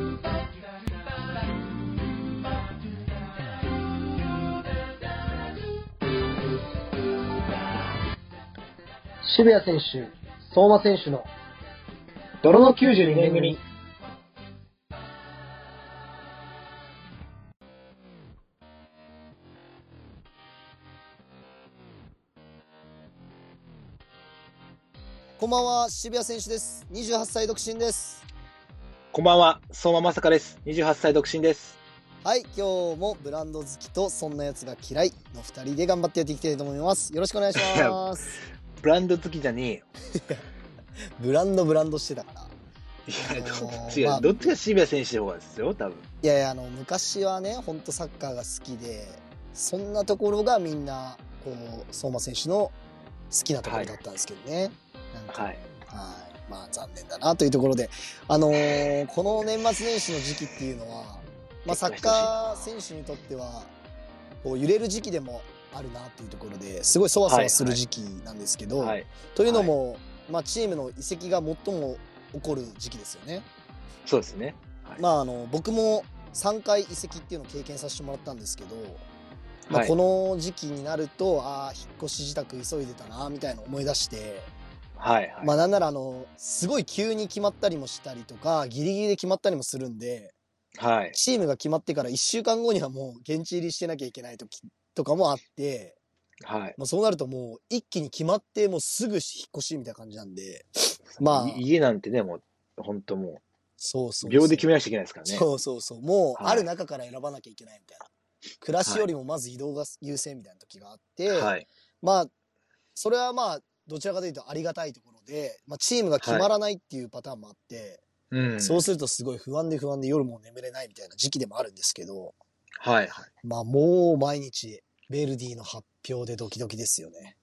渋谷選手、相馬選手の泥の92年組。 こんばんは、渋谷選手です。28歳独身です。 こんばんは、相馬まさかです。28歳独身です。 はい、今日もブランド好きとそんなやつが嫌いの2人で頑張ってやっていきたいと思います。よろしくお願いします。 ブランド好きじゃねえよ。 ブランドしてたから。 どっちが渋谷選手の方がですよ、多分。 いやいや、昔はね、ほんとサッカーが好きで、そんなところがみんな、こう、相馬選手の好きなところだったんですけどね。はい。まあ、残念だなというところで、この年末年始の時期っていうのは、まあ、サッカー選手にとっては、こう、揺れる時期でもあるなっていうところですごいそわそわする時期なんですけど、というのも、まあ、チームの移籍が最も起こる時期ですよね。 そうですね。 まあ、僕も3回移籍っていうのを経験させてもらったんですけど、まあ、この時期になると、引っ越し自宅急いでたなみたいな思い出して、まあなんならすごい急に決まったりもしたりとか、ギリギリで決まったりもするんで、チームが決まってから1週間後にはもう現地入りしてなきゃいけない時とかもあって、まあそうなるともう一気に決まってもうすぐ引っ越しみたいな感じなんで、 まあ家なんてね、もう本当もう秒で決めなきゃいけないですからね。 もうある中から選ばなきゃいけないみたいな。暮らしよりもまず移動が優先みたいな時があって、まあそれはまあどちらかというとありがたいところで、まあ、チームが決まらないっていうパターンもあって、そうするとすごい不安で夜も眠れないみたいな時期でもあるんですけど、まあもう毎日ベルディの発表でドキドキですよね。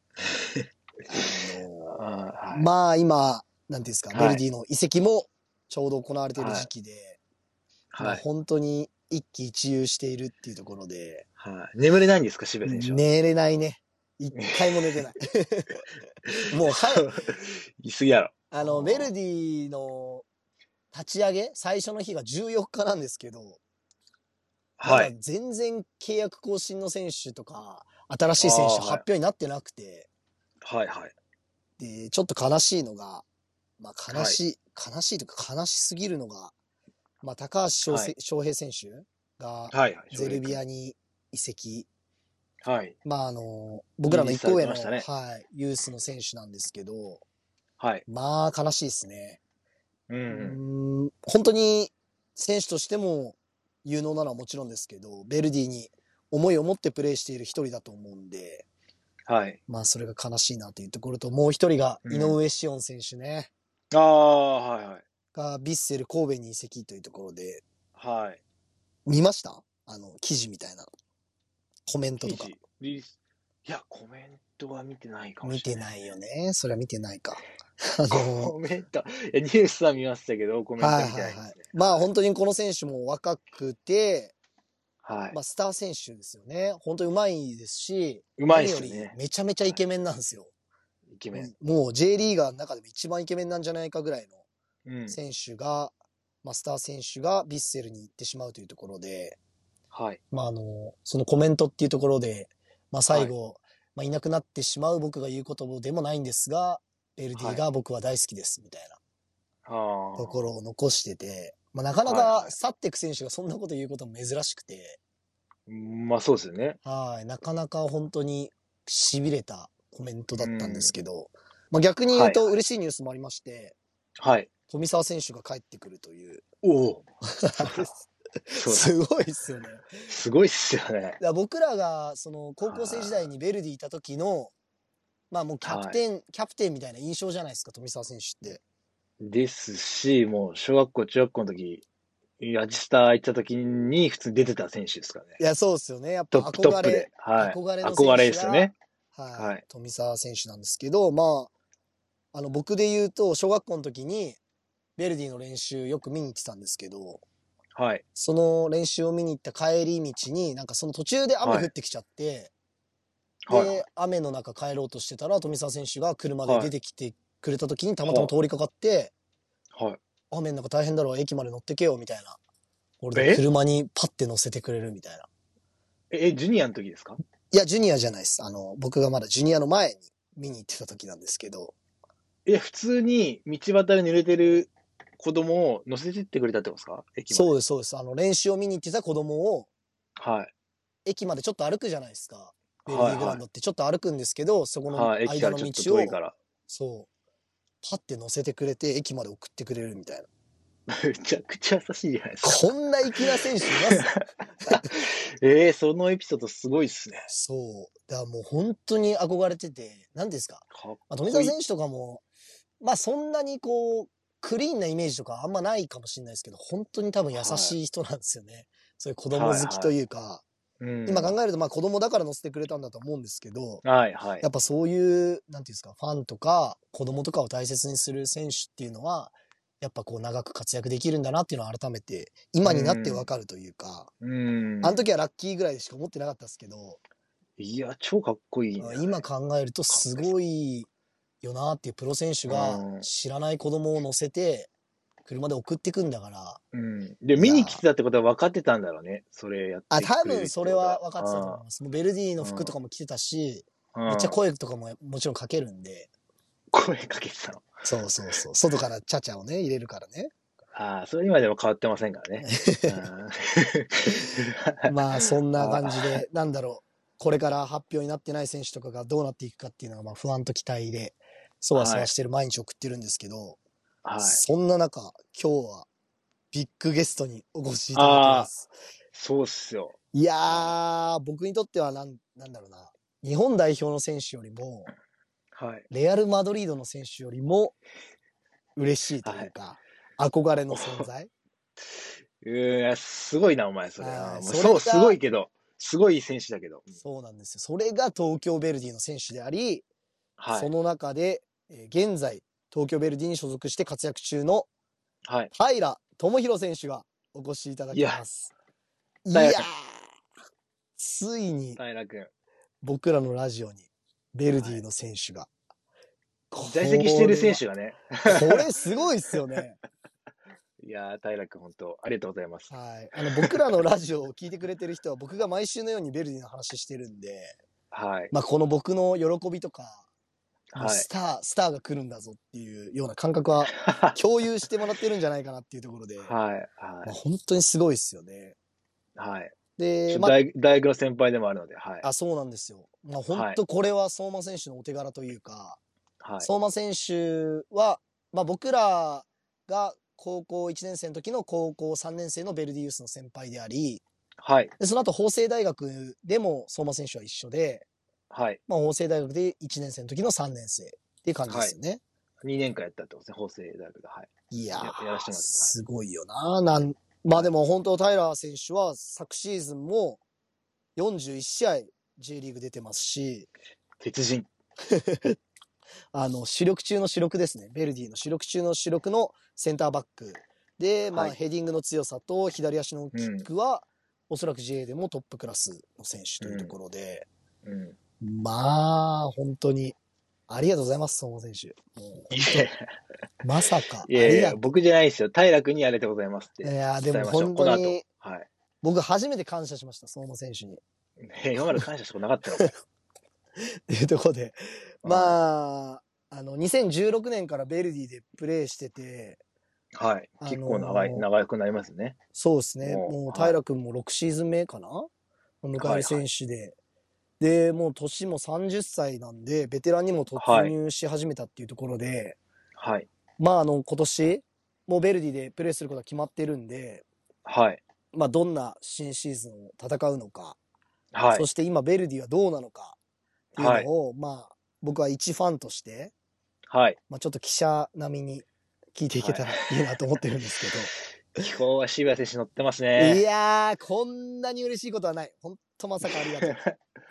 まあ今、なんていうんですか、ベルディの移籍もちょうど行われている時期で、まあ本当に一喜一憂しているっていうところで。 眠れないんですか、渋谷選手は。 寝れないね。一回も寝てない。もう、 いすぎやろ。ベルディの立ち上げ、最初の日が14日なんですけど、まだ全然契約更新の選手とか、新しい選手発表になってなくて、で、ちょっと悲しいのが、まあ悲しいというか悲しすぎるのが、まあ高橋翔平選手が、ゼルビアに移籍。まあ僕らの一個上の、ユースの選手なんですけど、まあ悲しいですね。本当に選手としても有能なのはもちろんですけど、ベルディに思いを持ってプレーしている一人だと思うんで、まあそれが悲しいなというところと、もう一人が井上志音選手ね。がヴィッセル神戸に移籍というところで、見ました？記事みたいな。コメントとか。 いや、コメントは見てないかもしれない。 見てないよね。それは見てないか。 コメント、いや、ニュースは見ましたけど、コメント見てないですね。 まあ本当にこの選手も若くて、まあスター選手ですよね。本当に上手いですし、 何よりめちゃめちゃイケメンなんですよ。 イケメン。 もう J リーガーの中でも一番イケメンなんじゃないかぐらいの選手が、まあスター選手がヴィッセルに行ってしまうというところで、まあそのコメントっていうところで、まあ最後、まあいなくなってしまう僕が言うことでもないんですが、ベルディが僕は大好きですみたいなところを残してて、まあなかなか去っていく選手がそんなこと言うことも珍しくて、 まあそうですよね。 なかなか本当に痺れたコメントだったんですけど、まあ逆に言うと嬉しいニュースもありまして、富澤選手が帰ってくるという。すごいっすよね。 すごいっすよね。 僕らがその高校生時代にベルディいた時の、まあもうキャプテンみたいな印象じゃないですか、富澤選手って。 ですし、もう小学校、中学校の時、アジスタ行った時に普通に出てた選手ですからね。 いや、そうですよね。やっぱ憧れの選手ですよね。 富澤選手なんですけど、まあ、僕で言うと、小学校の時に、ベルディの練習よく見に行ってたんですけど、その練習を見に行った帰り道に、なんかその途中で雨降ってきちゃって、で、雨の中帰ろうとしてたら、富澤選手が車で出てきてくれた時にたまたま通りかかって、 雨の中大変だろ、駅まで乗ってけよ、みたいな。俺で車にパッて乗せてくれるみたいな。 ジュニアの時ですか？ いや、ジュニアじゃないです。僕がまだジュニアの前に見に行ってた時なんですけど。 普通に道端で濡れてる子供を乗せてってくれたってことですか？駅まで。 そうです、そうです。練習を見に行ってた子供を、 はい。 駅までちょっと歩くじゃないですか。ベルデはいィグラウンドってちょっと歩くんですけど、そこのはい。駅か間のらちょっと道を、 遠いから。 そう、パッて乗せてくれて、駅まで送ってくれるみたいな。 めちゃくちゃ優しいじゃないですか。 こんな粋な選手いますそのエピソードすごいっすね。 そう。だからもう本当に憧れてて、何ですか。 かっ富澤選手とかも、まあそんなにこう、クリーンなイメージとかあんまないかもしれないですけど、本当に多分優しい人なんですよね。そういう子供好きというか、今考えるとまあ子供だから乗せてくれたんだと思うんですけど、 はいはい。 やっぱそういう、なんていうんですか、ファンとか子供とかを大切にする選手っていうのは、やっぱこう長く活躍できるんだなっていうのを改めて今になってわかるというか、あの時はラッキーぐらいでしか思ってなかったですけど、 いや、超かっこいい、ね。 今考えるとすごいよなっていうプロ選手が知らない子供を乗せて車で送ってくんだから。 で、見に来てたってことは分かってたんだろうね。それやってくれるって多分それは分かってたと思います。もうベルディの服とかも着てたし、めっちゃ声とかももちろんかけるんで。 声かけてたの？ そうそうそう。外からチャチャをね、入れるからね。 それ今でも変わってませんからね。 まあ、そんな感じで、なんだろう。これから発表になってない選手とかがどうなっていくかっていうのが、まあ、不安と期待で、そわそわしてる毎日送ってるんですけど、そんな中、今日は、ビッグゲストにお越しいただきます。 そうっすよ。 いやー、僕にとってはなんだろうな。日本代表の選手よりも、レアル・マドリードの選手よりも、嬉しいというか、憧れの存在。 すごいな、お前、それ。そう、すごいけど、すごい選手だけど。 そうなんですよ。それが東京ヴェルディの選手であり、その中で、現在、東京ヴェルディに所属して活躍中の、平智弘選手がお越しいただきます。いやー、ついに、僕らのラジオに、ヴェルディの選手が。 在籍してる選手がね。 これすごいっすよね。 いやー、平君、本当ありがとうございます。 はい。僕らのラジオを聞いてくれてる人は、僕が毎週のようにヴェルディの話してるんで、まあ、この僕の喜びとか、スターが来るんだぞっていうような感覚は共有してもらってるんじゃないかなっていうところで、まあ、本当にすごいっすよね。 で、大学の先輩でもあるので、 そうなんですよ。まあ、本当これは相馬選手のお手柄というか、相馬選手は、まあ、僕らが高校1年生の時の高校3年生のベルディユースの先輩であり、でその後法政大学でも相馬選手は一緒で、まあ、法政大学で1年生の時の3年生っていう感じですよね。 2年間やったってことですね、法政大学で。 いやー、すごいよな。まあでも本当、タイラー選手は昨シーズンも41試合 J リーグ出てますし、 鉄人。 主力中の主力ですね。ベルディの主力中の主力のセンターバック。で、まあ、ヘディングの強さと左足のキックは、おそらく J でもトップクラスの選手というところで、まあ、本当に、ありがとうございます、相馬選手。もう本当まさか。 いやいや、僕じゃないですよ。平君にありがとうございますって。 いや、でも本当に、僕初めて感謝しました、相馬選手に。 今まで感謝したことなかったのか。 っていうところで、まあ、2016年からベルディでプレーしてて、 結構長くなりますね。 そうですね。もう、平君も6シーズン目かな迎える選手で。で、もう年も30歳なんで、ベテランにも突入し始めたっていうところで、まあ、今年、もうベルディでプレーすることが決まってるんで、まあ、どんな新シーズンを戦うのか、そして今、ベルディはどうなのか、っていうのを、まあ、僕は一ファンとして、まあちょっと記者並みに聞いていけたらいいなと思ってるんですけど。今日は渋谷選手乗ってますね。 いやー、こんなに嬉しいことはない。ほんとまさかありがとう。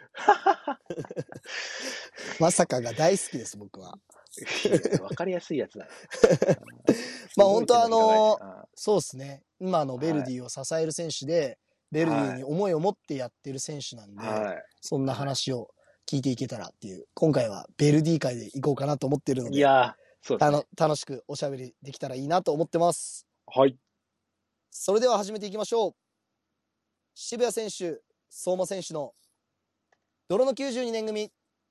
まさかが大好きです、僕は。 わかりやすいやつだ。 まあ本当そうですね。今のベルディを支える選手で、ベルディに思いを持ってやってる選手なんで、そんな話を聞いていけたらっていう、今回はベルディ会で行こうかなと思ってるので。 いやそうですね。 楽しくおしゃべりできたらいいなと思ってます。 はい。 それでは始めていきましょう。渋谷選手、相馬選手の泥の92年組。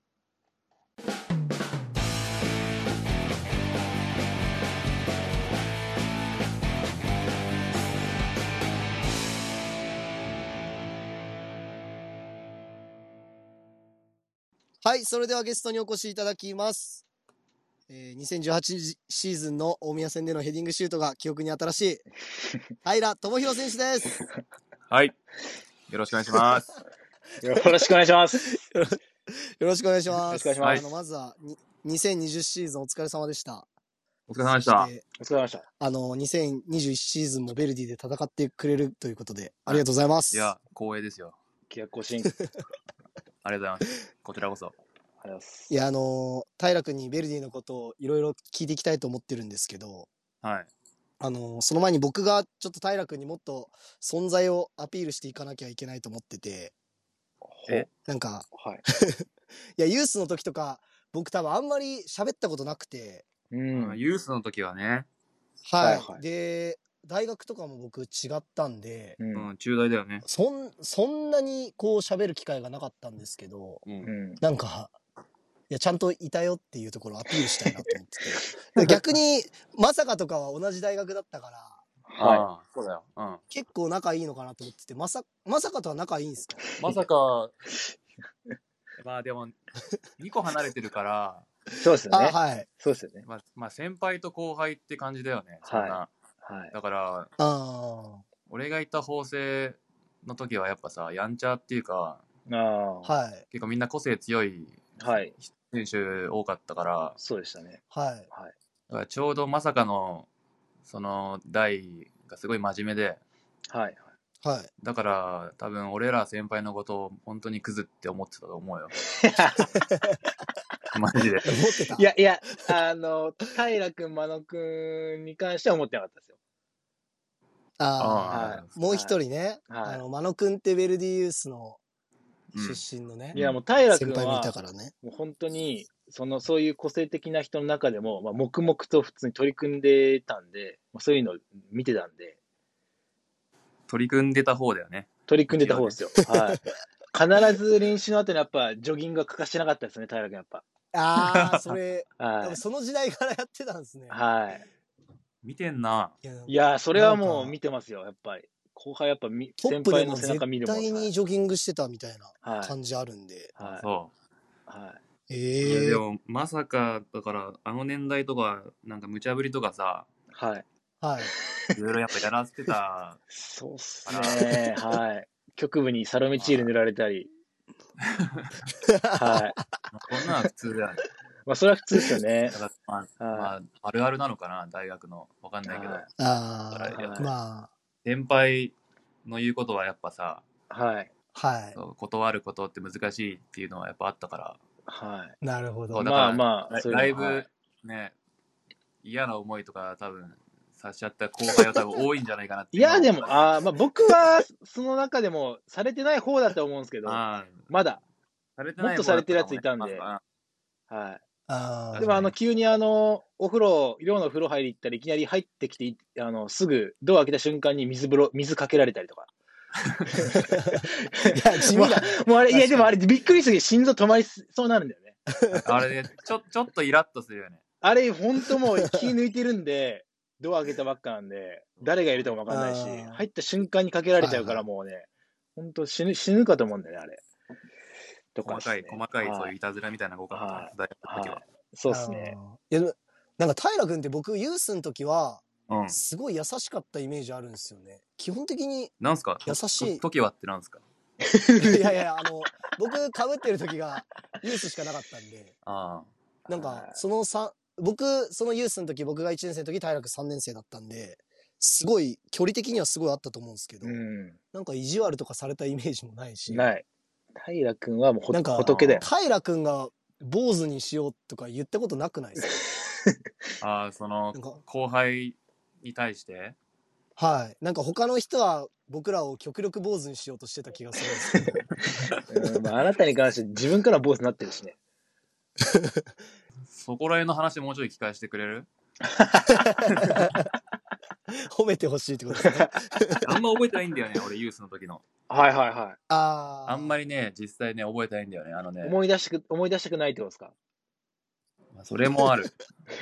はい、それではゲストにお越しいただきます。2018シーズンの大宮戦でのヘディングシュートが記憶に新しい平智弘選手です。 はい。よろしくお願いします。 よろしくお願いします。 よろしくお願いします。 よろしくお願いします。 まずは2020シーズンお疲れ様でした。 お疲れ様でした。 お疲れ様でした。 2021シーズンもベルディで戦ってくれるということで、ありがとうございます。 いや、光栄ですよ。 契約更新。 ありがとうございます。こちらこそ。 ありがとうございます。 いや、平君にベルディのことをいろいろ聞いていきたいと思ってるんですけど、 はい。 その前に僕がちょっと平君にもっと存在をアピールしていかなきゃいけないと思ってて、なんか、 はい。 いや、ユースの時とか、僕多分あんまり喋ったことなくて、 ユースの時はね。 はい。 はい。 で、大学とかも僕違ったんで、 中大だよね。 そんなにこう喋る機会がなかったんですけど、なんか、いや、ちゃんといたよっていうところをアピールしたいなと思ってて。逆に、まさかとかは同じ大学だったから、 はい。 そうだよ。 結構仲いいのかなと思ってて、まさかとは仲いいんですか？ まさか、まあでも、2個離れてるから、 そうですよね。 はい。 そうですよね。 まあ先輩と後輩って感じだよね。 はい。 そんな。 はい。 だから、俺がいた法政の時はやっぱさ、やんちゃっていうか、 はい。 結構みんな個性強い選手多かったから、 そうでしたね。 はい。 はい。 だからちょうどまさかの、その代がすごい真面目で、 はい。 はい。 だから多分俺ら先輩のことを本当にクズって思ってたと思うよ。マジで。 思ってた。 いや、平君、真野君に関しては思ってなかったですよ。 もう一人ね、真野君ってベルディユースの出身のね、 いや、もう平君先輩もいはたからね。 もう本当に、そういう個性的な人の中でも、黙々と普通に取り組んでたんで、そういうのを見てたんで。 取り組んでた方だよね。 取り組んでた方ですよ。はい。必ず練習の後にやっぱジョギングが欠かしてなかったですね、平君やっぱ。 それ、その時代からやってたんですね。 はい。 見てんな。 いや、それはもう見てますよ、やっぱり。後輩やっぱ先輩の背中見るもん。 絶対にジョギングしてたみたいな感じあるんで。 はい。 そう。 はい。 でも、まさか、だから、あの年代とか、なんか無茶ぶりとかさ、 はい。 はい。 いろいろやっぱやらせてた。 そうっすね。はい。局部にサロメチール塗られたり。はい。 こんなのは普通だよね。 それは普通ですよね。 あるあるなのかな、大学の。わかんないけど。先輩の言うことはやっぱさ、 はい。 はい。 断ることって難しいっていうのはやっぱあったから。 はい。 なるほど。 だからライブね、嫌な思いとか多分さしちゃった後輩は多分多いんじゃないかなって。 いや、でも、僕はその中でもされてない方だと思うんですけど、まだ。もっとされてるやついたんで。はい。でも急に寮のお風呂入り行ったらいきなり入ってきて、すぐドア開けた瞬間に水かけられたりとか。 いや、地味だ。 もうあれ、いや、でもあれびっくりするけど心臓止まりそうなるんだよね。 あれね、ちょっとイラッとするよね。 あれ、ほんともう気抜いてるんで、ドア開けたばっかなんで、誰がいるともわかんないし、入った瞬間にかけられちゃうからもうね、ほんと死ぬかと思うんだよね、あれ。 とか、細かいそういういたずらみたいなごかった、大学の時は。 そうっすね。 いや、なんか平君って僕、ユースの時は、すごい優しかったイメージあるんですよね。基本的に。 なんすか優しい。 時はってなんすかいや、僕、被ってる時がユースしかなかったんで。なんか、僕、そのユースの時、僕が1年生の時、平君3年生だったんで、すごい、距離的にはすごいあったと思うんですけど、なんか意地悪とかされたイメージもないし。 ない。平君はもう仏だよ。 平君が坊主にしようとか言ったことなくないですか？ その、後輩に対してはい。なんか他の人は僕らを極力坊主にしようとしてた気がするんですけど。 あなたに関して自分から坊主になってるしね。 そこら辺の話もうちょい聞かせてくれる？ 褒めてほしいってことですね。 あんま覚えてないんだよね、俺ユースの時の。 はいはいはい。 あんまりね、実際ね、覚えてないんだよね。 思い出したくないってことですか？ それもある。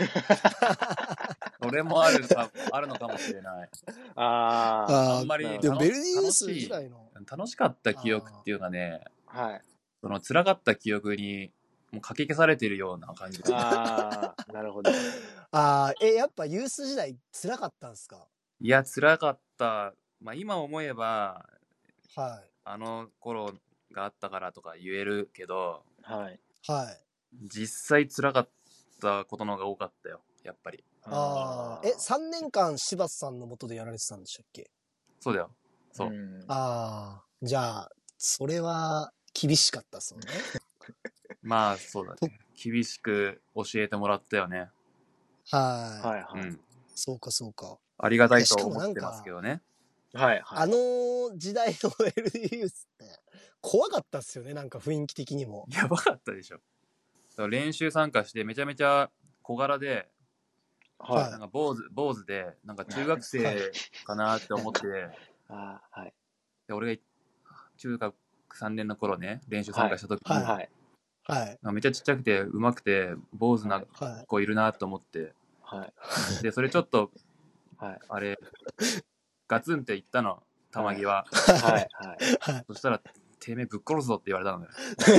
それもあるのかもしれない。あんまりでもベルディユース時代の楽しかった記憶っていうかね、 はい。 その辛かった記憶にもうかき消されてるような感じ。 なるほど。 やっぱユース時代辛かったんですか？ いや、辛かった。まあ今思えば、 はい。 あの頃があったからとか言えるけど、 はい。 はい。 実際辛かったことの方が多かったよ、やっぱり。 3年間柴田さんの下でやられてたんでしたっけ？ そうだよ。そう。 じゃあ、それは厳しかったっすもんね。 まあそうだね。厳しく教えてもらったよね。 はい。 はいはい。 そうかそうか。 ありがたいと思ってますけどね。 はいはい。 あの時代の LD ユースって怖かったっすよね、なんか雰囲気的にも。 やばかったでしょ。練習参加してめちゃめちゃ小柄で、 はい。 なんか坊主で、なんか中学生かなって思って、 はい。 で俺が中学3年の頃ね、練習参加した時に、 はい。 めっちゃちっちゃくて上手くて坊主な子いるなと思って、でそれちょっと、あれガツンって言ったの、玉木は。そしたらてめえぶっ殺すぞって言われたのよ。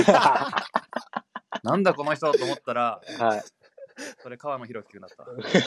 なんだこの人と思ったら、それ川野博樹くんだった。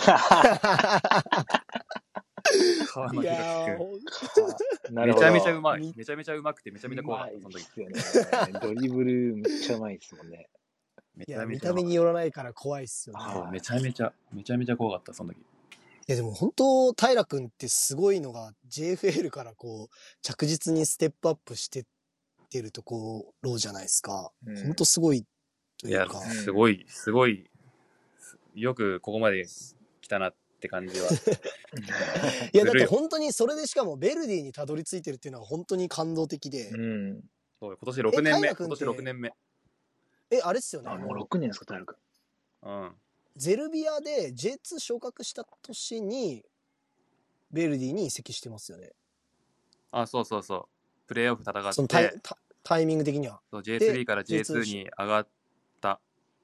川野博樹くん。めちゃめちゃうまい。めちゃめちゃうまくてめちゃめちゃ怖かった、その時。 ドリブルめっちゃうまいですもんね。 いや、見た目によらないから怖いっすよね。 めちゃめちゃ怖かった、その時。いや、でも本当、平くんってすごいのが、JFL からこう、着実にステップアップしてってるところじゃないですか。本当すごいというか。 いや、すごい。よくここまで来たなって感じは。 いや、だって本当にそれでしかもベルディにたどり着いてるっていうのは本当に感動的で。 そう、今年6年目。今年6年目。 あれっすよね。 もう6年ですか、平くん。ゼルビアで J2 昇格した年に、ベルディに移籍してますよね。 そう。プレーオフ戦って。 そのタイミング的には。 そう、J3 から J2 に上がった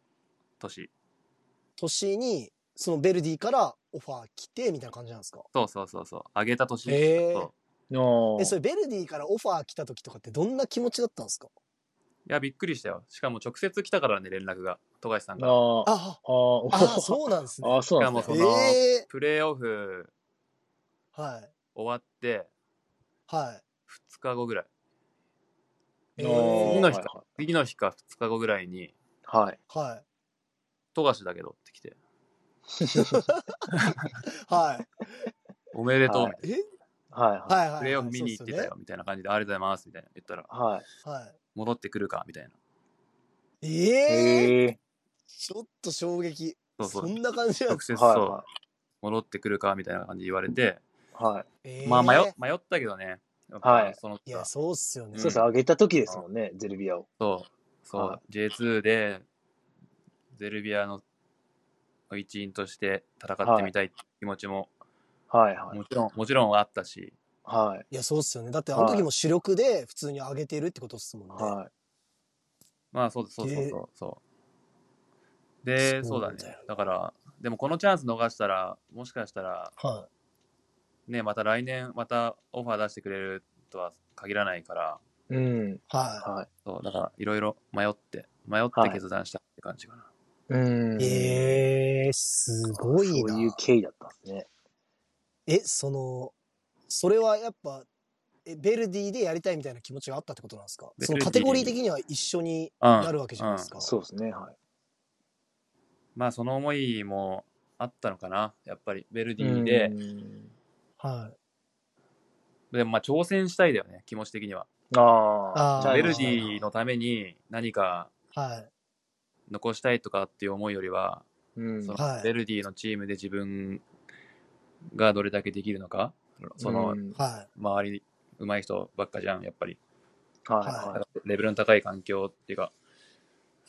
年に、そのベルディからオファー来て、みたいな感じなんですか？ そう。上げた年。 それベルディからオファー来た時とかってどんな気持ちだったんですか？ いや、びっくりしたよ。しかも直接来たからね、連絡が。富樫さんが。 そうなんですね。 しかもその、プレーオフ、終わって、2日後ぐらい。次の日か2日後ぐらいに、富樫だけどって来て。おめでとうみたいな。プレーオフ見に行ってたよみたいな感じで、ありがとうございますみたいな言ったら、戻ってくるかみたいな。 ちょっと衝撃。そんな感じなんですか？ 直接戻ってくるかみたいな感じで言われて、まあ迷ったけどね。 いや、そうっすよね。 そうです、上げた時ですもんね、ゼルビアを。 そう、J2 で、ゼルビアの一員として戦ってみたいって気持ちも、もちろんあったし。 いや、そうっすよね。だってあの時も主力で普通に上げてるってことっすもんね。 まあそう。で、そうだね。だから、でもこのチャンス逃したら、もしかしたら、ね、また来年、またオファー出してくれるとは限らないから、そう、だからいろいろ迷って決断したって感じかな。 すごいな。 そういう経緯だったんですね。 それはやっぱ、ベルディでやりたいみたいな気持ちがあったってことなんですか？そのカテゴリー的には一緒になるわけじゃないですか。 そうですね、 まあその思いもあったのかな、やっぱりベルディで。でもまあ挑戦したいだよね、気持ち的には。ベルディのために何か残したいとかっていう思いよりは、そのベルディのチームで自分がどれだけできるのか、その周り上手い人ばっかじゃん、やっぱり。レベルの高い環境っていうか、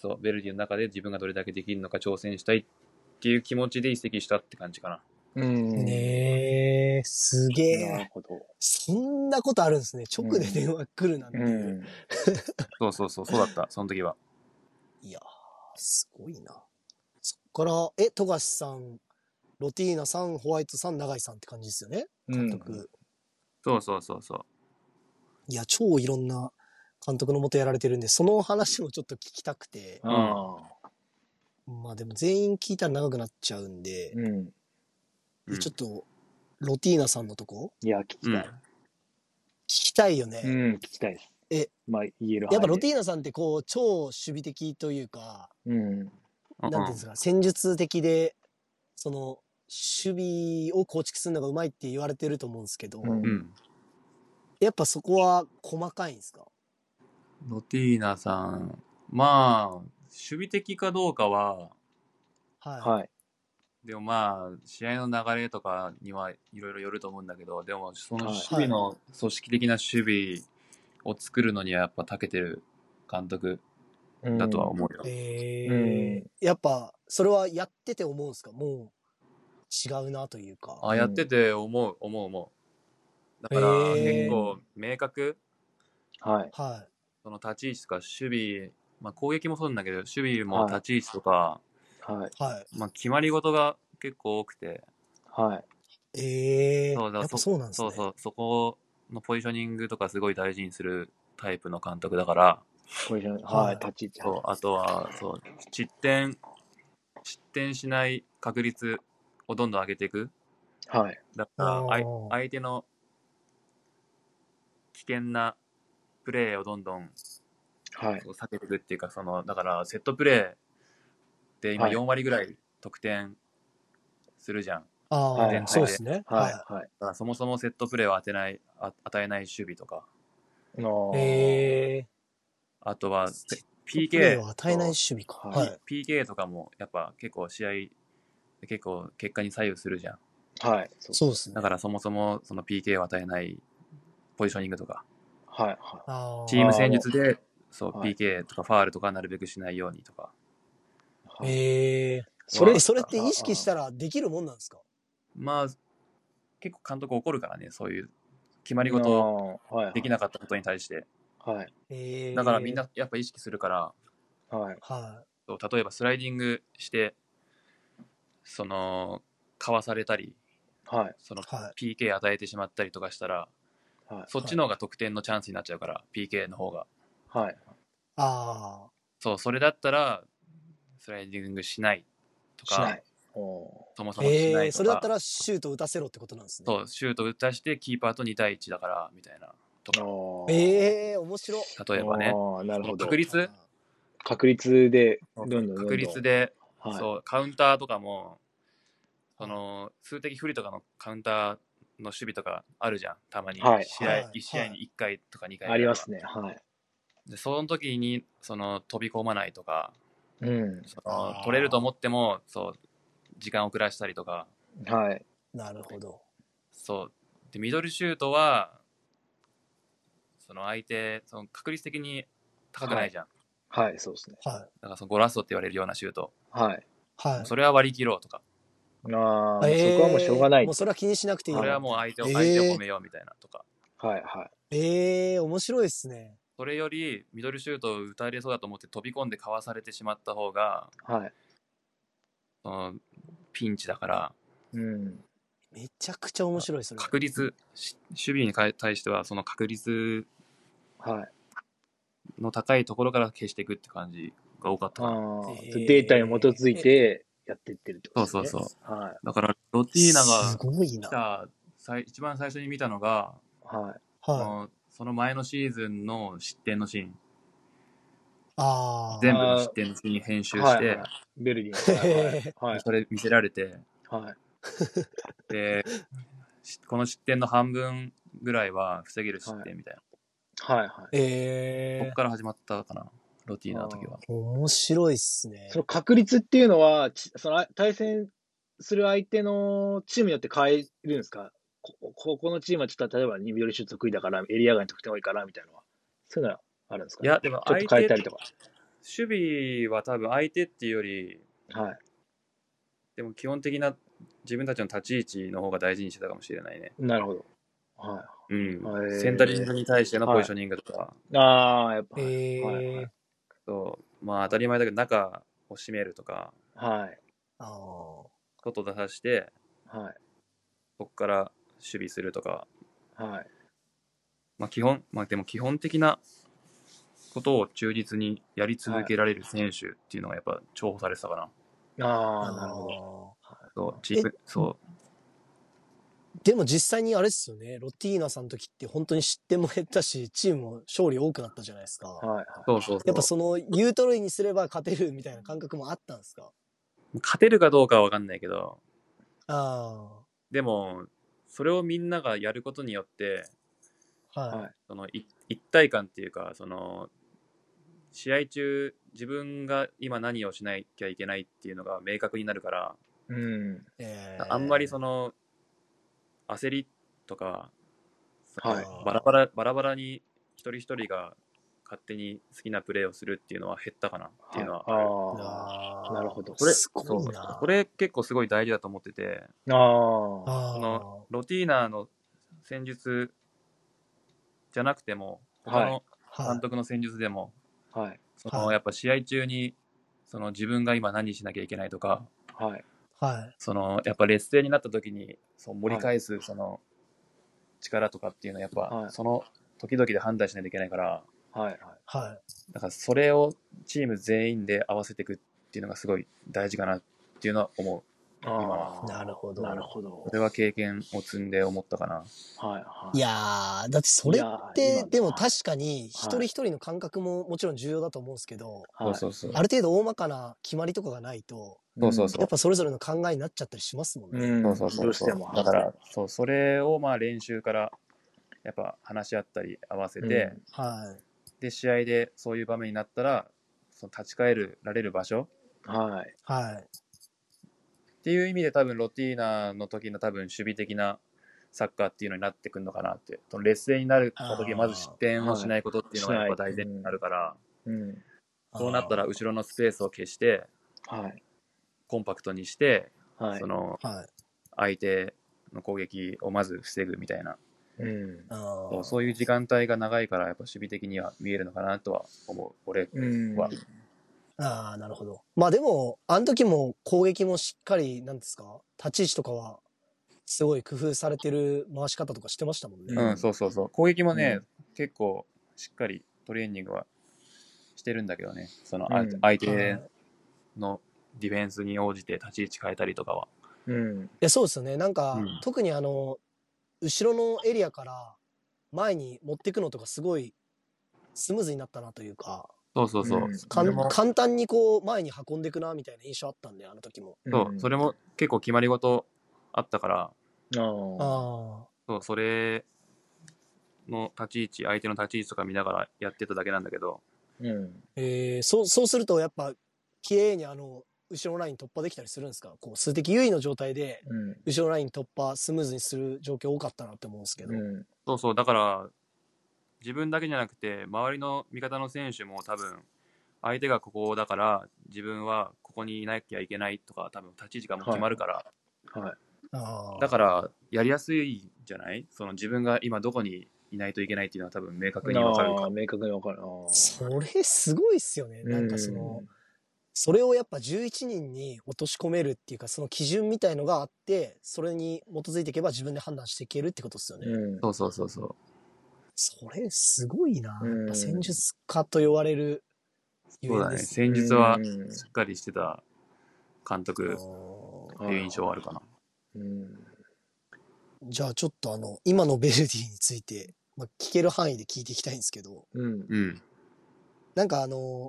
そう、ベルディの中で自分がどれだけできるのか挑戦したいっていう気持ちで移籍したって感じかな。 ねえ、すげえ。 なるほど。 そんなことあるんですね。直で電話来るなんていう。 そうだった、その時は。 いやー、すごいな。そっから、富樫さん、ロティーナさん、ホワイトさん、永井さんって感じですよね、監督。 そう。 いや、超いろんな監督のもとやられてるんで、その話もちょっと聞きたくて。まあでも全員聞いたら長くなっちゃうんで、ちょっと、ロティーナさんのとこいや、聞きたい。 聞きたいよね。 聞きたいです。まあ、言える。 やっぱロティーナさんってこう、超守備的というか、なんていうんですか、戦術的で、その、守備を構築するのがうまいって言われてると思うんですけど、やっぱそこは細かいんですか？ ロティーナさん、まあ、守備的かどうかは、 はい。 でもまあ、試合の流れとかにはいろいろよると思うんだけど、でもその守備の組織的な守備を作るのにはやっぱ長けてる監督だとは思うよ。 やっぱ、それはやってて思うんですか？もう違うなというか。 やってて思う。だから結構明確。その立ち位置とか守備、まあ攻撃もそうなんだけど、守備も立ち位置とか、まあ決まり事が結構多くて。 やっぱそうなんですね。 そこのポジショニングとかすごい大事にするタイプの監督だから。 ポジション、立ち位置。 あとは、失点しない確率をどんどん上げていく。だから相手の危険なプレーをどんどん避けていくっていうか、だからセットプレーで今4割ぐらい得点するじゃん。 そうですね。 だからそもそもセットプレーを与えない守備とか。あとは PK を与えない守備か。 PK とかもやっぱ結構試合結構結果に左右するじゃん。 そうですね。 だからそもそもその PK を与えないポジショニングとか。チーム戦術でPK とかファールとかなるべくしないようにとか。 それって意識したらできるもんなんですか？ まあ結構監督怒るからね、そういう決まり事できなかったことに対して。だからみんなやっぱ意識するから、例えばスライディングしてかわされたり、PK 与えてしまったりとかしたら、そっちの方が得点のチャンスになっちゃうから、PK の方が。それだったらスライディングしないとか、そもそもしないとか。 それだったらシュート打たせろってことなんですね。 シュート打たしてキーパーと2対1だからみたいなとか。 面白い。 例えばね、 確率で確率で、カウンターとかも数的不利とかのカウンターの守備とかあるじゃん、たまに。1試合に1回とか2回ありますね。 でその時に飛び込まないとか、取れると思っても時間を遅らしたりとか。 なるほど。 でミドルシュートは相手確率的に高くないじゃん。 そうですね。 だからゴラストって言われるようなシュート。それは割り切ろうとか。 そこはもうしょうがない。 もうそれは気にしなくていい。 それはもう相手を褒めようみたいなとか。 面白いですね。 それよりミドルシュートを打たれそうだと思って飛び込んでかわされてしまった方が、ピンチだから。 めちゃくちゃ面白いですね。 確率、守備に対してはその確率の高いところから消していくって感じが多かったかな。 データに基づいてやっていってるってことですね。 だからロティーナが来た一番最初に見たのが、その前のシーズンの失点のシーン。全部の失点のシーンに編集して、 ベルディのそれ見せられて、でこの失点の半分ぐらいは防げる失点みたいな。ここから始まったかな、ロティーナの時は。 面白いっすね。 その確率っていうのは、対戦する相手のチームによって変えるんですか？このチームはちょっと例えばミドルシュート得意だから、エリア外に得点多いからみたいなのは。そういうのはあるんですか？ いや、でもちょっと変えたりとか。 守備は多分相手っていうより、 はい。 でも基本的な自分たちの立ち位置の方が大事にしてたかもしれないね。 なるほど。はい。 うん。センタリングに対してのポジショニングとか。 ああ、やっぱ。はい。 そう。まあ当たり前だけど、中を締めるとか。 はい。 外出させて、 はい。 そこから守備するとか。 はい。 まあでも基本的なことを忠実にやり続けられる選手っていうのがやっぱ重宝されてたかな。ああ、なるほど。 そう、チーム、そう。 でも実際にあれですよね、ロティーナさんの時って本当に失点も減ったし、チームも勝利多くなったじゃないですか。 はい。 そうそうそう。 やっぱその言う通りにすれば勝てるみたいな感覚もあったんですか？ 勝てるかどうかは分かんないけど、 でも、それをみんながやることによって、 はい。 その一体感っていうか、その、試合中、自分が今何をしなきゃいけないっていうのが明確になるから、あんまりその、焦りとか、バラバラに一人一人が勝手に好きなプレーをするっていうのは減ったかなっていうのはある。 なるほど。 これ結構すごい大事だと思ってて、このロティーナの戦術じゃなくても、他の監督の戦術でも、そのやっぱ試合中にその自分が今何しなきゃいけないとか、そのやっぱ劣勢になった時に盛り返すその力とかっていうのはやっぱその時々で判断しないといけないから、だからそれをチーム全員で合わせていくっていうのがすごい大事かなっていうのは思う。今は。 なるほど。なるほど。 それは経験を積んで思ったかな。 いやー、だってそれって、でも確かに一人一人の感覚ももちろん重要だと思うんですけど、ある程度大まかな決まりとかがないと、やっぱそれぞれの考えになっちゃったりしますもんね。 どうしても。 だから、それをまあ練習からやっぱ話し合ったり合わせて、で、試合でそういう場面になったら、その立ち返られる場所。っていう意味で多分ロティーナの時の多分守備的なサッカーっていうのになってくるのかなって。その劣勢になる時まず失点をしないことっていうのがやっぱ大前提になるから、そうなったら後ろのスペースを消して、コンパクトにして、その相手の攻撃をまず防ぐみたいな、そういう時間帯が長いからやっぱ守備的には見えるのかなとは思う、俺は。 ああ、なるほど。まあでも、あの時も攻撃もしっかり、なんですか、立ち位置とかは、すごい工夫されてる回し方とかしてましたもんね。 そうそうそう。攻撃もね、結構しっかりトレーニングはしてるんだけどね。その相手のディフェンスに応じて立ち位置変えたりとかは。 いや、そうですよね。なんか、特に後ろのエリアから前に持っていくのとかすごいスムーズになったなというか。 そう。 簡単にこう前に運んでいくなみたいな印象あったんで、あの時も。 それも結構決まり事あったから、それの立ち位置、相手の立ち位置とか見ながらやってただけなんだけど。 そうするとやっぱ、綺麗に後ろライン突破できたりするんですか？こう数的優位の状態で、後ろライン突破スムーズにする状況多かったなって思うんですけど。 そう、だから、自分だけじゃなくて周りの味方の選手も多分相手がここだから自分はここにいなきゃいけないとか多分立ち位置がもう決まるから、だからやりやすいんじゃない？その自分が今どこにいないといけないっていうのは多分明確に分かるから。 明確に分かる。 それすごいっすよね。なんかそれをやっぱ11人に落とし込めるっていうか、その基準みたいのがあって、それに基づいていけば自分で判断していけるってことですよね。 そう。 それすごいな。やっぱ戦術家と言われるゆえんです。そうだね。戦術はしっかりしてた監督っていう印象はあるかな。 じゃあちょっと今のベルディについて、聞ける範囲で聞いていきたいんですけど。なんか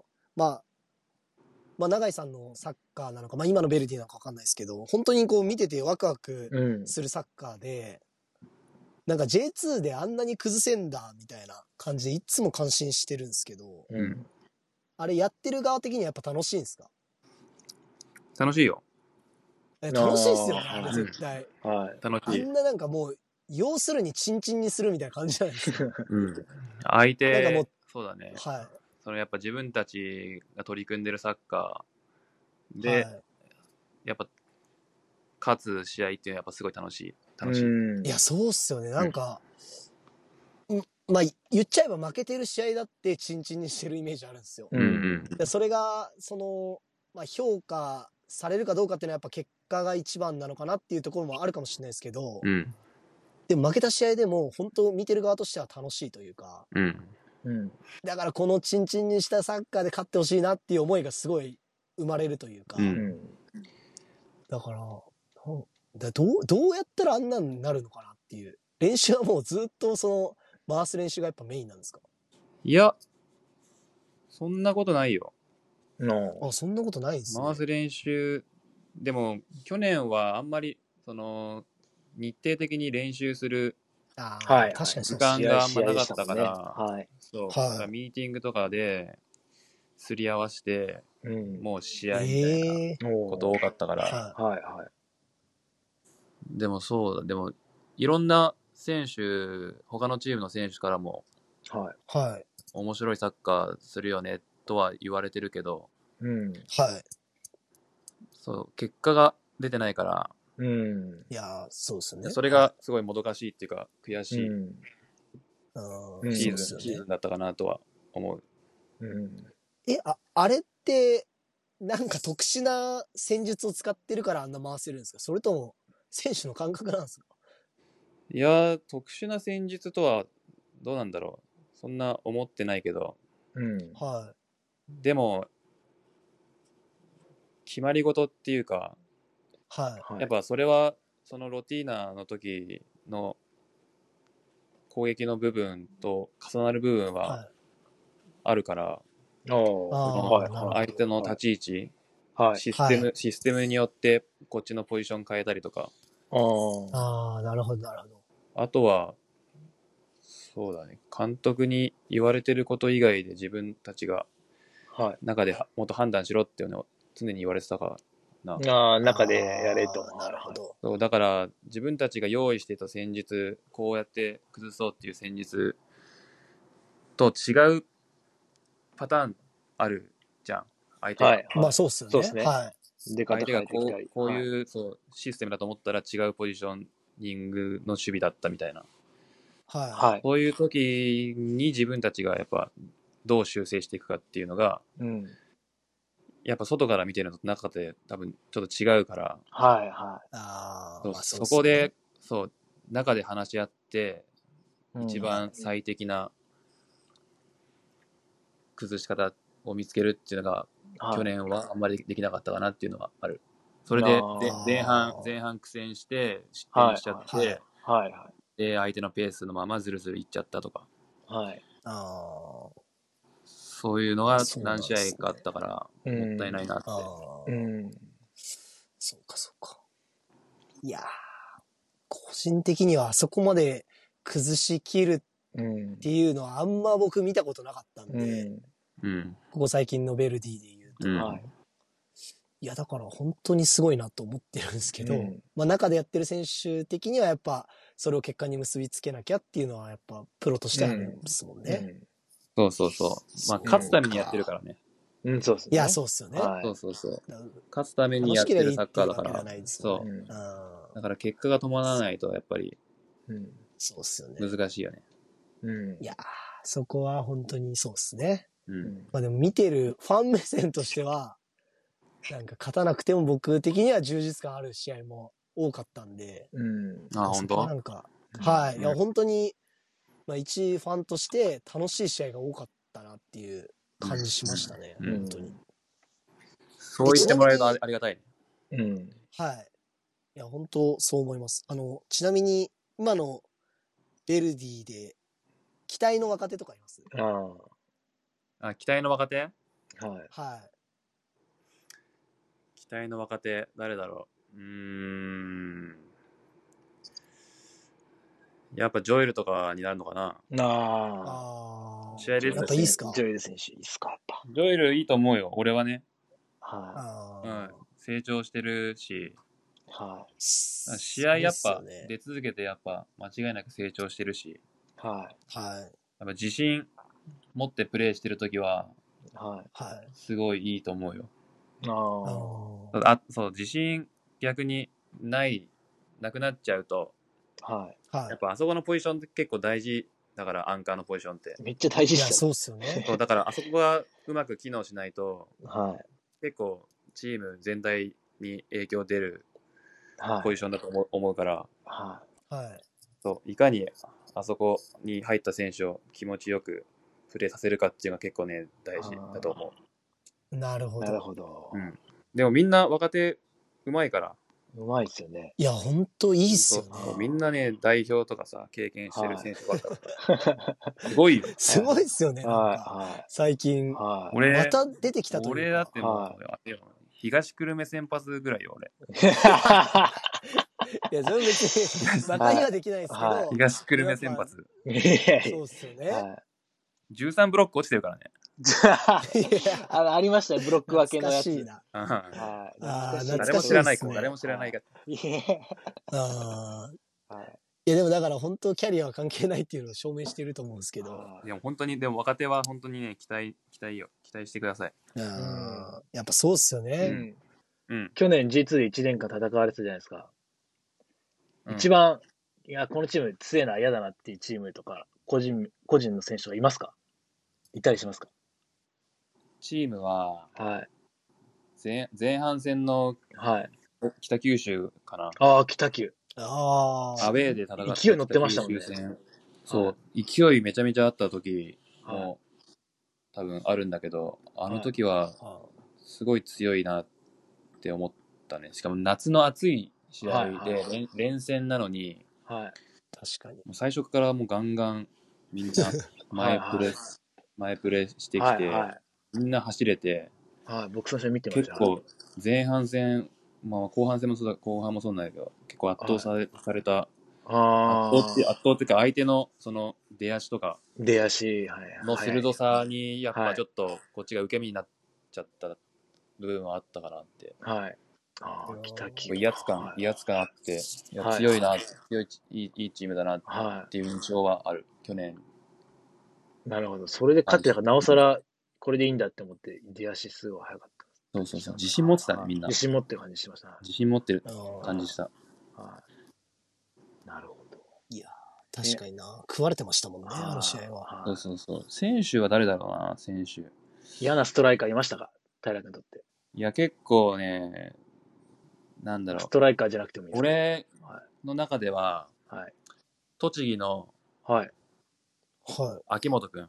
永井さんのサッカーなのか、今のベルディなのか分かんないですけど、本当にこう見ててワクワクするサッカーで、なんか J2 であんなに崩せんだみたいな感じでいつも感心してるんですけど、あれやってる側的にはやっぱ楽しいんですか？ 楽しいよ。 楽しいっすよね、あれ絶対。 楽しい。 あんななんかもう、要するにチンチンにするみたいな感じじゃないですか。 相手、なんかもうそうだね。 やっぱ自分たちが取り組んでるサッカーで、やっぱ勝つ試合っていうのはやっぱすごい楽しい。 いや、そうっすよね。なんか、まあ、言っちゃえば負けてる試合だってチンチンにしてるイメージあるんですよ。でそれが、まあ、評価されるかどうかっていうのはやっぱ結果が一番なのかなっていうところもあるかもしれないですけど、でも負けた試合でも本当見てる側としては楽しいというか、だからこのチンチンにしたサッカーで勝ってほしいなっていう思いがすごい生まれるというか、だからどうやったらあんなになるのかなっていう。練習はもうずっと回す練習がやっぱメインなんですか？ いや、そんなことないよ。 あ、そんなことないですね。 回す練習、でも去年はあんまり日程的に練習する確かに時間があんまなかったから、 そうミーティングとかですり合わせて、もう試合みたいなこと多かったから、でもでもいろんな選手、他のチームの選手からも、面白いサッカーするよねとは言われてるけど、結果が出てないから、 いや、そうですね。 それがすごいもどかしいっていうか、悔しいシーズンだったかなとは思う。 あれって、なんか特殊な戦術を使ってるからあんな回せるんですか？それとも、選手の感覚なんですか？ いや、特殊な戦術とはどうなんだろう。そんな思ってないけど。でも、決まり事っていうか、やっぱそれは、そのロティーナの時の攻撃の部分と重なる部分はあるから、相手の立ち位置、システムによってこっちのポジション変えたりとか。 なるほど、なるほど。 あとは、そうだね、監督に言われてること以外で自分たちが中でもっと判断しろっていうのを常に言われてたからな。中でやれと。 なるほど。 そうだから自分たちが用意していた戦術、こうやって崩そうっていう戦術と違うパターンあるじゃん、相手が。 まあそうっすよね。 そうですね。 相手がこういうシステムだと思ったら違うポジショニングの守備だったみたいな。そういう時に自分たちがやっぱどう修正していくかっていうのが、やっぱ外から見てるのと中で多分ちょっと違うから、そこで中で話し合って一番最適な崩し方を見つけるっていうのが、去年はあんまりできなかったかなっていうのがある。それで前半苦戦して失点しちゃって、で相手のペースのままずるずるいっちゃったとか、そういうのが何試合かあったからもったいないなって。 そうかそうか。いやー、個人的にはあそこまで崩しきるっていうのはあんま僕見たことなかったんで、ここ最近のベルディで言うと、いやだから本当にすごいなと思ってるんですけど、まあ中でやってる選手的にはやっぱそれを結果に結びつけなきゃっていうのはやっぱプロとしてあるんですもんね。 そう。まあ勝つためにやってるからね。 そうですね。 いやそうっすよね。 そう。勝つためにやってるサッカーだから。そう。だから結果が伴わないとやっぱりそうっすよね。 難しいよね。 いやそこは本当にそうっすね。まあでも見てるファン目線としてはなんか勝たなくても僕的には充実感ある試合も多かったんで。 本当？ なんかいや本当にまあ一ファンとして楽しい試合が多かったなっていう感じしましたね。本当に。 そう言ってもらえるとありがたいね。 いや本当そう思います。ちなみに今のベルディで期待の若手とかいます？ 期待の若手？期待の若手、誰だろう。やっぱジョエルとかになるのかな。試合ですやっぱいいっすか？ ジョエル選手いいっすか？やっぱジョエルいいと思うよ、俺はね。成長してるし、試合やっぱ出続けてやっぱ間違いなく成長してるし、やっぱ自信持ってプレーしてるときははい。 すごいいいと思うよ。そう、自信逆になくなっちゃうと、やっぱあそこのポジションって結構大事だから、アンカーのポジションって。 めっちゃ大事っすよね。 そうっすよね。 そう、だからあそこがうまく機能しないと、結構チーム全体に影響出るポジションだと思うから、そう、いかにあそこに入った選手を気持ちよくプレーさせるかっていうのが結構ね、大事だと思う。なるほど。 うん。でもみんな若手うまいから。 うまいっすよね。 いや、ほんといいっすよね。 みんなね、代表とかさ、経験してる選手ばっかり。すごいよ。 すごいっすよね、なんか。最近。また出てきたというか。 俺だってもう、東久留米先発ぐらいよ、俺。 いや、それ別に、バカにはできないですけど。 東久留米先発。 そうっすよね。 13ブロック落ちてるからね。 ありましたよ、ブロック分けのやつ。 懐かしいな。 誰も知らないかも、誰も知らないか。 いや、でもだから本当キャリアは関係ないっていうのを証明してると思うんですけど。 でも本当に、でも若手は本当にね、期待してください。 やっぱそうっすよね。 去年 G2 で1年間戦われてたじゃないですか。一番、いや、このチーム強えな、嫌だなっていうチームとか、個人の選手はいますか？いたりしますか？ チームは、前半戦の北九州かな。 北九。 アウェーで戦って勢い乗ってましたもんね。 そう、勢いめちゃめちゃあった時も多分あるんだけど、あの時はすごい強いなって思ったね。しかも夏の暑い試合で連戦なのに、 確かに。 最初からもうガンガンみんな前プレしてきて、みんな走れて、 僕それ見てました。 結構前半戦、後半戦も後半もそうなんだけど、結構圧倒された。圧倒っていうか相手のその出足とかの鋭さにやっぱちょっとこっちが受け身になっちゃった部分はあったかなって。 北九。 威圧感あって、強いな、いいチームだなっていう印象はある、去年。 なるほど。それで勝ってたからなおさらこれでいいんだって思って出足すごい早かった。 そう。自信持ってたね、みんな。 自信持ってる感じしました。 自信持ってる感じした。 なるほど。 いや、確かにな。食われてましたもんね、あの試合は。 そう。選手は誰だろうな、選手。 嫌なストライカーいましたか？平君にとって。 いや、結構ね、なんだろう。 ストライカーじゃなくてもいいですか？ 俺の中では、栃木の秋元くん。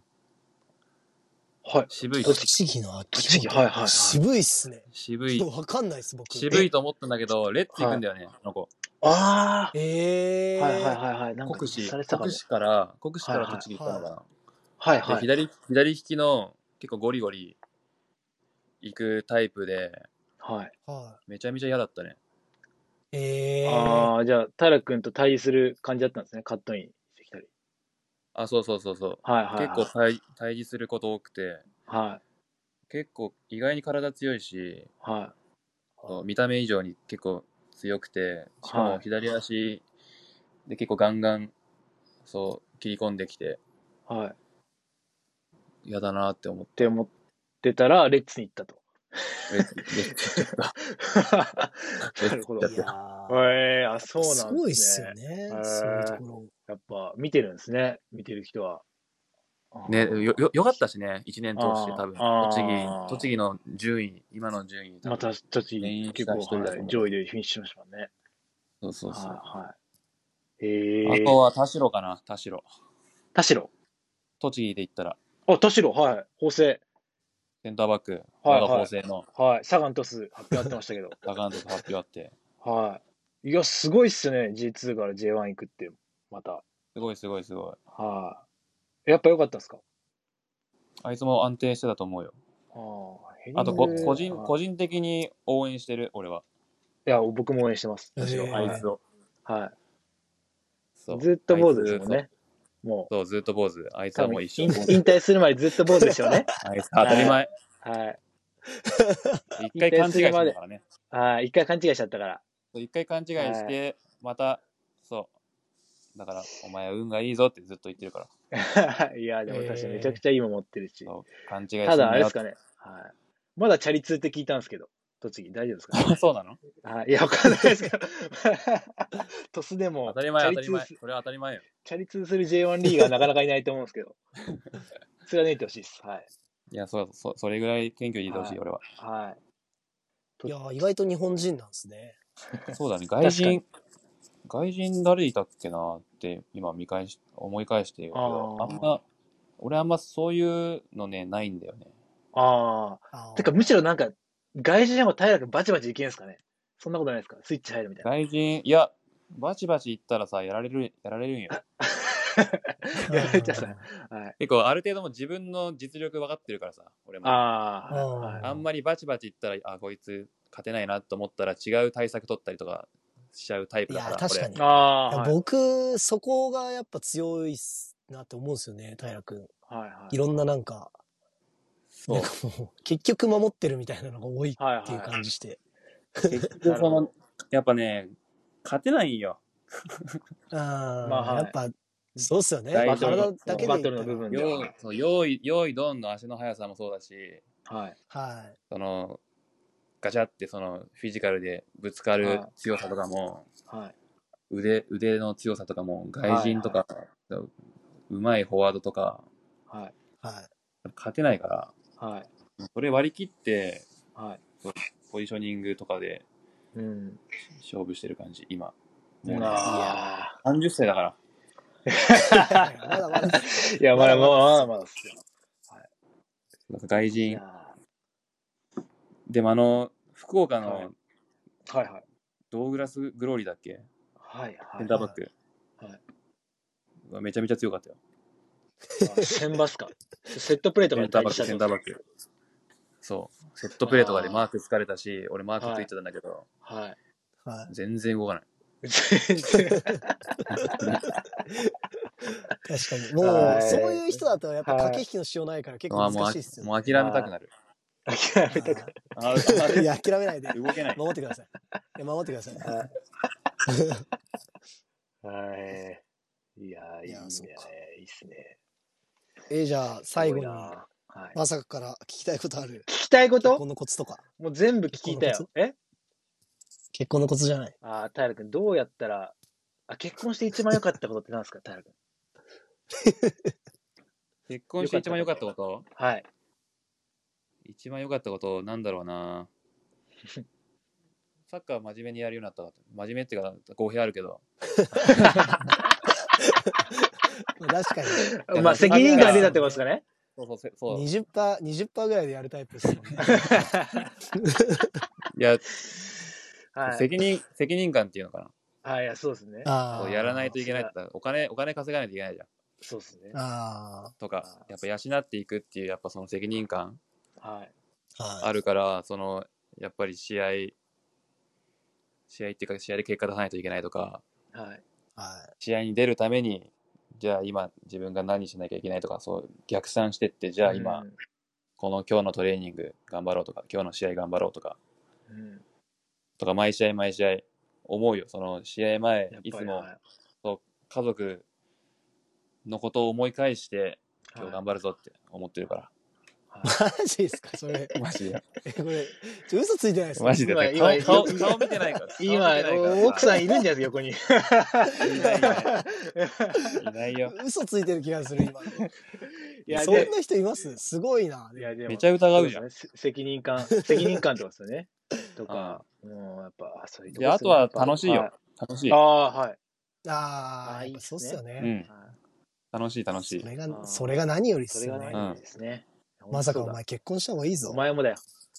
渋い。 栃木の秋元。渋いっすね。 渋い。 わかんないっす、僕。 渋いと思ったんだけど、レッツ行くんだよね、あの子。 はい。 国士から栃木行ったのかな。で、左利きの結構ゴリゴリ行くタイプで、めちゃめちゃ嫌だったね。 じゃあ、平君と対峙する感じだったんですね、カットインしてきたり。 そう。結構対峙すること多くて、結構意外に体強いし、見た目以上に結構強くて、しかも左足で結構ガンガン切り込んできて、嫌だなって思ってたら、レッツに行ったと。なるほど。そうなんですね。 すごいっすよね。そういうところ。 やっぱ見てるんですね、見てる人は。 ね、よかったしね、1年通して多分。栃木の順位、今の順位。 また栃木結構上位でフィニッシュしましたもんね。 そう。 あとは田代かな、田代。栃木で言ったら。 田代、法政。 センターバック、法政の。 サガン鳥栖発表あってましたけど。 サガン鳥栖発表あって。 いや、すごいっすね、G2 から J1 行くって、また。 すごい。 やっぱ良かったですか？ あいつも安定してたと思うよ。あと個人的に応援してる、俺は。 いや、僕も応援してます。あいつを。ずっと坊主ですもんね。もう。そう、ずっと坊主。あいつはもう一緒。 引退するまでずっと坊主でしょうね。 あいつ当たり前。一回勘違いしたからね。 一回勘違いしちゃったから。 一回勘違いして、また、だから、お前は運がいいぞってずっと言ってるから。 いや、でも確かにめちゃくちゃいいも持ってるし。 勘違いする。 ただあれですかね。はい。まだチャリ通って聞いたんですけど、栃木大丈夫ですかね。 そうなの？ いや、わかんないですけど。鳥栖でも、 当たり前、当たり前。それは当たり前よ。 チャリ通する J1 リーガーなかなかいないと思うんですけど。貫いてほしいです。はい。 いや、それぐらい謙虚にいてほしい、俺は。 はい。 いや、意外と日本人なんですね。 そうだね、外人誰いたっけなって今思い返してるけど、俺あんまそういうのね、ないんだよね。 てかむしろなんか、外人でも平君バチバチいけんすかね。そんなことないですか？スイッチ入るみたいな。 外人、いや、バチバチいったらさ、やられるんよ。 やられちゃうさ。 結構ある程度も自分の実力分かってるからさ、俺も。あんまりバチバチいったら、こいつ勝てないなと思ったら違う対策取ったりとかしちゃうタイプだから。 いや、確かに。僕、そこがやっぱ強いなって思うんですよね、平君。いろんななんか、なんかもう、結局守ってるみたいなのが多いっていう感じして。 結局やっぱね、勝てないよ。 やっぱ、そうっすよね。体だけでバトルの部分で。 用意ドンの足の速さもそうだし、ガチャってフィジカルでぶつかる強さとかも、腕の強さとかも、外人とか、うまいフォワードとか、勝てないから、それ割り切って、ポジショニングとかで勝負してる感じ、今。もうね、30歳だから。 まだまだ。いや、まだっすよ。 なんか外人。でも福岡の、ドーグラス・グローリーだっけ？センターバック。めちゃめちゃ強かったよ。 選抜か。セットプレーとかで対峙したセンターバック。そう。セットプレーとかでマークつかれたし、俺マークついてたんだけど、全然動かない。 確かに。もう、そういう人だとやっぱ駆け引きのしようないから結構難しいっすよね。 もう諦めたくなる。 諦めたくなる。 いや、諦めないで。 動けない。 守ってください。守ってください。 いや、いいっすね。 じゃあ、最後に、まさかから聞きたいことある？ 聞きたいこと？ 結婚のコツとか。 もう全部聞いたよ。 結婚のコツじゃない？ 平君、どうやったら、結婚して一番良かったことって何ですか、平君。 結婚して一番良かったこと？ はい。 一番良かったこと、なんだろうな。サッカー真面目にやるようになった。真面目っていうか、公平あるけど。 確かに。 まあ、責任感出たってことですかね。 そう。 20% ぐらいでやるタイプですもんね。 いや、責任感っていうのかな。いや、そうですね。 やらないといけないってお金稼がないといけないじゃん。 そうですね。 とか、やっぱ養っていくっていう、やっぱその責任感あるから、やっぱり試合っていうか、試合で結果出さないといけないとか、試合に出るために、じゃあ今自分が何しなきゃいけないとか、そう逆算してって、じゃあ今、今日のトレーニング頑張ろうとか、今日の試合頑張ろうとか、とか毎試合思うよ。試合前、いつも家族のことを思い返して、今日頑張るぞって思ってるから。 マジですかそれ。 マジで。 これ、嘘ついてないですか？ マジで。顔見てないから。 今、奥さんいるんじゃないですか、横に。 いないよ。 嘘ついてる気がする、今。いや、そんな人います？すごいな。 めちゃ疑うじゃん。 責任感ってことですよね。とか、もうやっぱ、そういうとこ。 あとは楽しいよ。楽しい。 やっぱそうっすよね。 楽しい。 それが何よりっすよね。 それが何よりですね。 まさかお前結婚した方がいいぞ。 お前もだよ。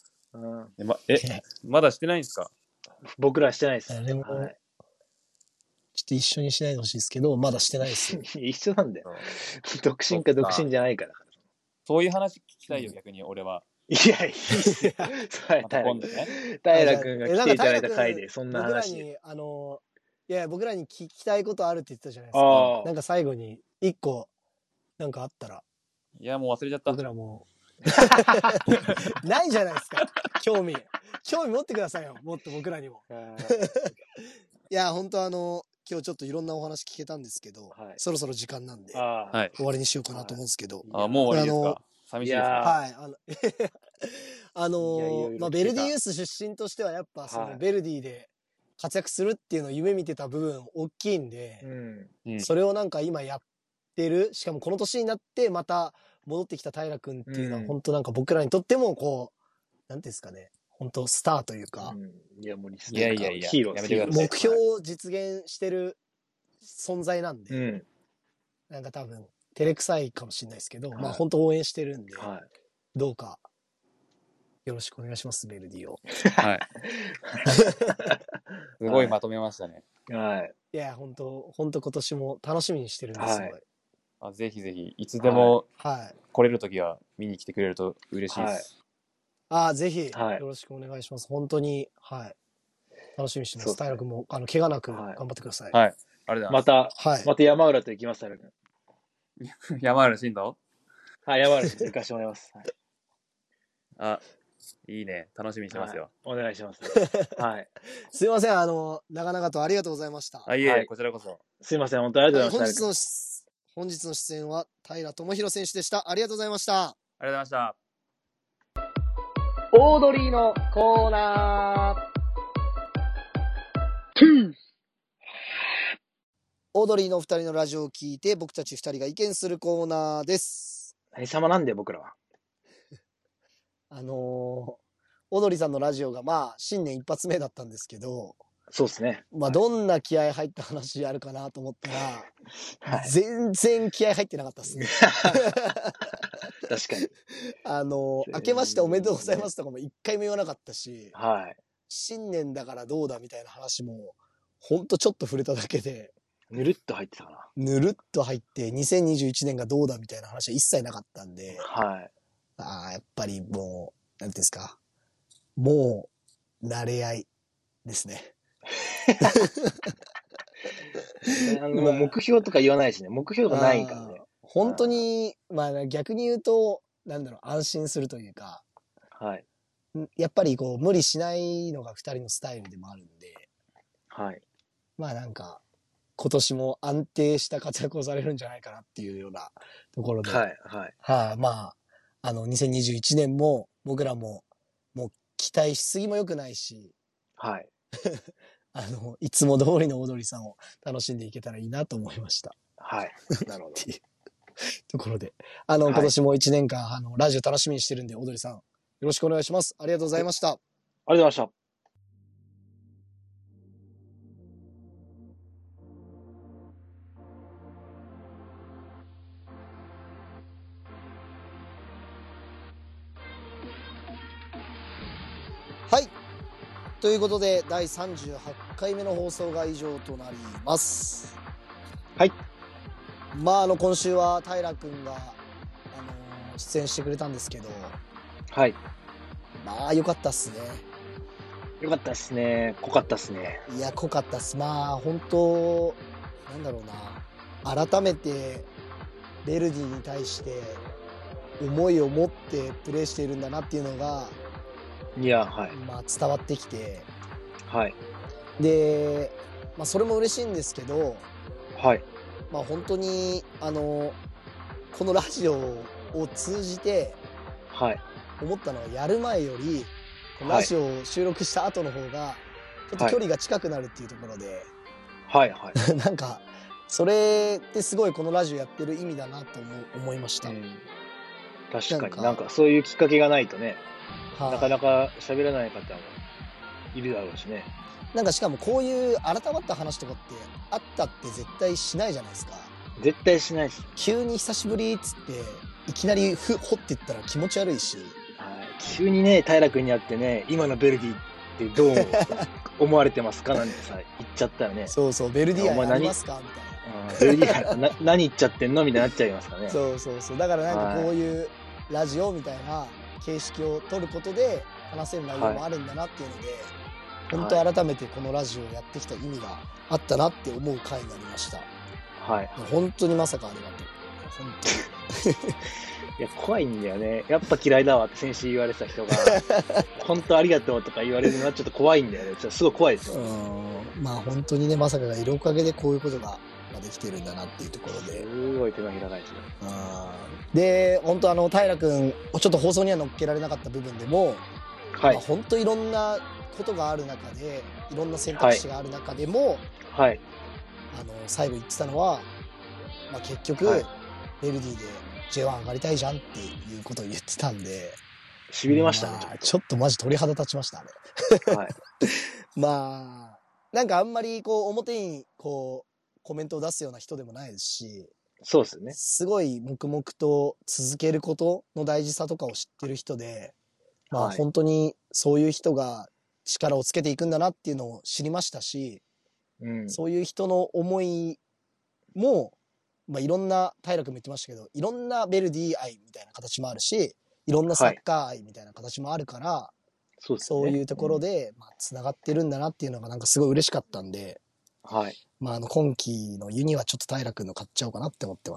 まだしてないんですか？ 僕らしてないです。 でも、ちょっと一緒にしないでほしいですけど、まだしてないですよ。 一緒なんだよ。独身か独身じゃないから。 そういう話聞きたいよ、逆に俺は。 いや、いいっすよ。平君が来ていただいた回で、そんな話。 僕らに聞きたいことあるって言ってたじゃないですか。なんか最後に一個、なんかあったら。 いや、もう忘れちゃった。 僕らもないじゃないですか。興味持ってくださいよ。もっと僕らにも。いや、本当今日ちょっといろんなお話聞けたんですけど、 はい、 そろそろ時間なんで、 はい、 終わりにしようかなと思うんですけど。 もう終わりですか？寂しいですね。 はい。まあ、ベルディユース出身としてはやっぱそのベルディで活躍するっていうのを夢見てた部分大きいんで、それをなんか今やってる、しかもこの年になってまた戻ってきた平君っていうのは本当なんか僕らにとってもこう、なんていうんですかね、本当スターというか、 いやもうリスペクト、ヒーロー、やめてください。 目標を実現してる存在なんで、なんか多分照れくさいかもしれないですけど、まあ本当応援してるんで、どうかよろしくお願いします、ベルディを。 はい。すごいまとめましたね。 はい。 いや、本当今年も楽しみにしてるんですよ。 ぜひぜひ、いつでも来れるときは見に来てくれると嬉しいです。 ぜひ、よろしくお願いします。本当に、楽しみにしてます。平君も、怪我なく頑張ってください。 はい。ありがとうございます。 また山浦と行きます、平君。 山浦慎吾？ はい、山浦と行かせてもらいます。 いいね。楽しみにしてますよ。 お願いします。はい。 すいません。長々とありがとうございました。 いえ、こちらこそ。 すいません。本当にありがとうございました。 本日の出演は平智弘選手でした。ありがとうございました。 ありがとうございました。 オードリーのコーナー。 オードリーの2人のラジオを聞いて僕たち2人が意見するコーナーです。 何様なんで僕らは。 オードリーさんのラジオがまあ新年一発目だったんですけど、 そうですね。 まあどんな気合入った話あるかなと思ったら、全然気合入ってなかったですね。 確かに。 明けましておめでとうございますとかも一回も言わなかったし、新年だからどうだみたいな話も、ほんとちょっと触れただけで、 ぬるっと入ってたかな。 ぬるっと入って、2021年がどうだみたいな話は一切なかったんで、やっぱりもう、なんていうんですか、もう、慣れ合いですね。 もう目標とか言わないしね。目標とかないからね。 本当に、まあ逆に言うと、なんだろう、安心するというか、やっぱりこう、無理しないのが二人のスタイルでもあるんで、まあなんか、今年も安定した活躍をされるんじゃないかなっていうようなところで、まあ、2021年も僕らも、もう期待しすぎも良くないし、いつも通りのオードリーさんを楽しんでいけたらいいなと思いました。 なるほど。 っていうところで、今年も1年間、ラジオ楽しみにしてるんで、オードリーさん、よろしくお願いします。ありがとうございました。 ありがとうございました。 はい。ということで、第38回目の放送が以上となります。 はい。 まあ、今週は平くんが、出演してくれたんですけど、まあ、良かったっすね。 良かったっすね。濃かったっすね。 いや、濃かったっす。まあ、本当なんだろうな。改めて、ベルディに対して、思いを持ってプレーしているんだなっていうのが、まあ、伝わってきて、で、まあ、それも嬉しいんですけど、まあ、本当に、このラジオを通じて、思ったのは、やる前より、ラジオを収録した後の方が、ちょっと距離が近くなるっていうところで、なんか、それってすごいこのラジオやってる意味だなと思いました。 確かになんかそういうきっかけがないとね、なかなか喋らない方もいるだろうしね。 なんかしかもこういう改まった話とかってあったって絶対しないじゃないですか。 絶対しないし。 急に久しぶりっつっていきなり掘っていったら気持ち悪いし。 急にね、平君に会ってね、今のベルディってどう思われてますかなんてさ、言っちゃったらね。 そうそう、ベルディ愛ありますかみたいな。 ベルディ愛何言っちゃってんのみたいになっちゃいますかね。 そうそうそう。だからなんかこういうラジオみたいな形式を取ることで話せる内容もあるんだなっていうので、本当改めてこのラジオをやってきた意味があったなって思う回になりました。本当にまさかありがとうございま本当に。 いや、怖いんだよね。やっぱ嫌いだわって先週言われてた人が、本当ありがとうとか言われるのはちょっと怖いんだよね。すごい怖いですよ。 まあ本当にね、まさかがいるおかげでこういうことができてるんだなっていうところで。 すごい手のひら返しで、本当平君、ちょっと放送には乗っけられなかった部分でも、はい。本当いろんなことがある中で、いろんな選択肢がある中でも、はい。最後言ってたのは、まあ結局、はい、ベルディでJ1 上がりたいじゃんっていうことを言ってたんで。 痺れましたね、 ちょっとマジ鳥肌立ちましたね。はい。まあ、なんかあんまりこう表にこうコメントを出すような人でもないですし、 そうですね。 すごい黙々と続けることの大事さとかを知ってる人で、まあ本当にそういう人が力をつけていくんだなっていうのを知りましたし、うん、そういう人の思いも、まあいろんな、平君も言ってましたけど、いろんなベルディ愛みたいな形もあるし、いろんなサッカー愛みたいな形もあるから、はい、そういうところで、まあ繋がってるんだなっていうのがなんかすごい嬉しかったんで、はい。まあ今季のユニはちょっと平君の買っちゃおうかなって思ってます。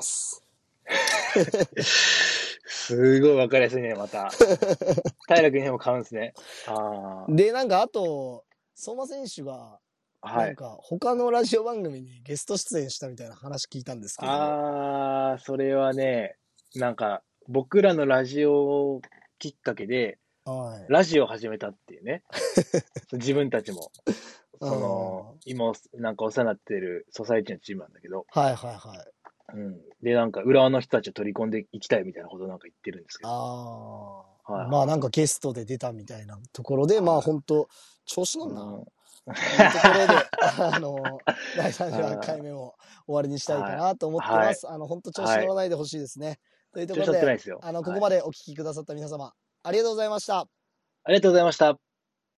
すごい分かりやすいね、また。平君にも買うんですね。 で、なんかあと、相馬選手が、なんか他のラジオ番組にゲスト出演したみたいな話聞いたんですけど。 それはね、なんか僕らのラジオきっかけで、ラジオを始めたっていうね。自分たちも。今、なんかお世話になってるソサイティのチームなんだけど。 はいはいはい。 うん。で、なんか浦和の人たちを取り込んでいきたいみたいなことなんか言ってるんですけど。 はい、まあなんかゲストで出たみたいなところで、まあ本当調子乗んな。というところで、第38回目も終わりにしたいかなと思ってます。本当調子乗らないでほしいですね。というところで、ここまでお聞きくださった皆様、ありがとうございました。 ありがとうございました。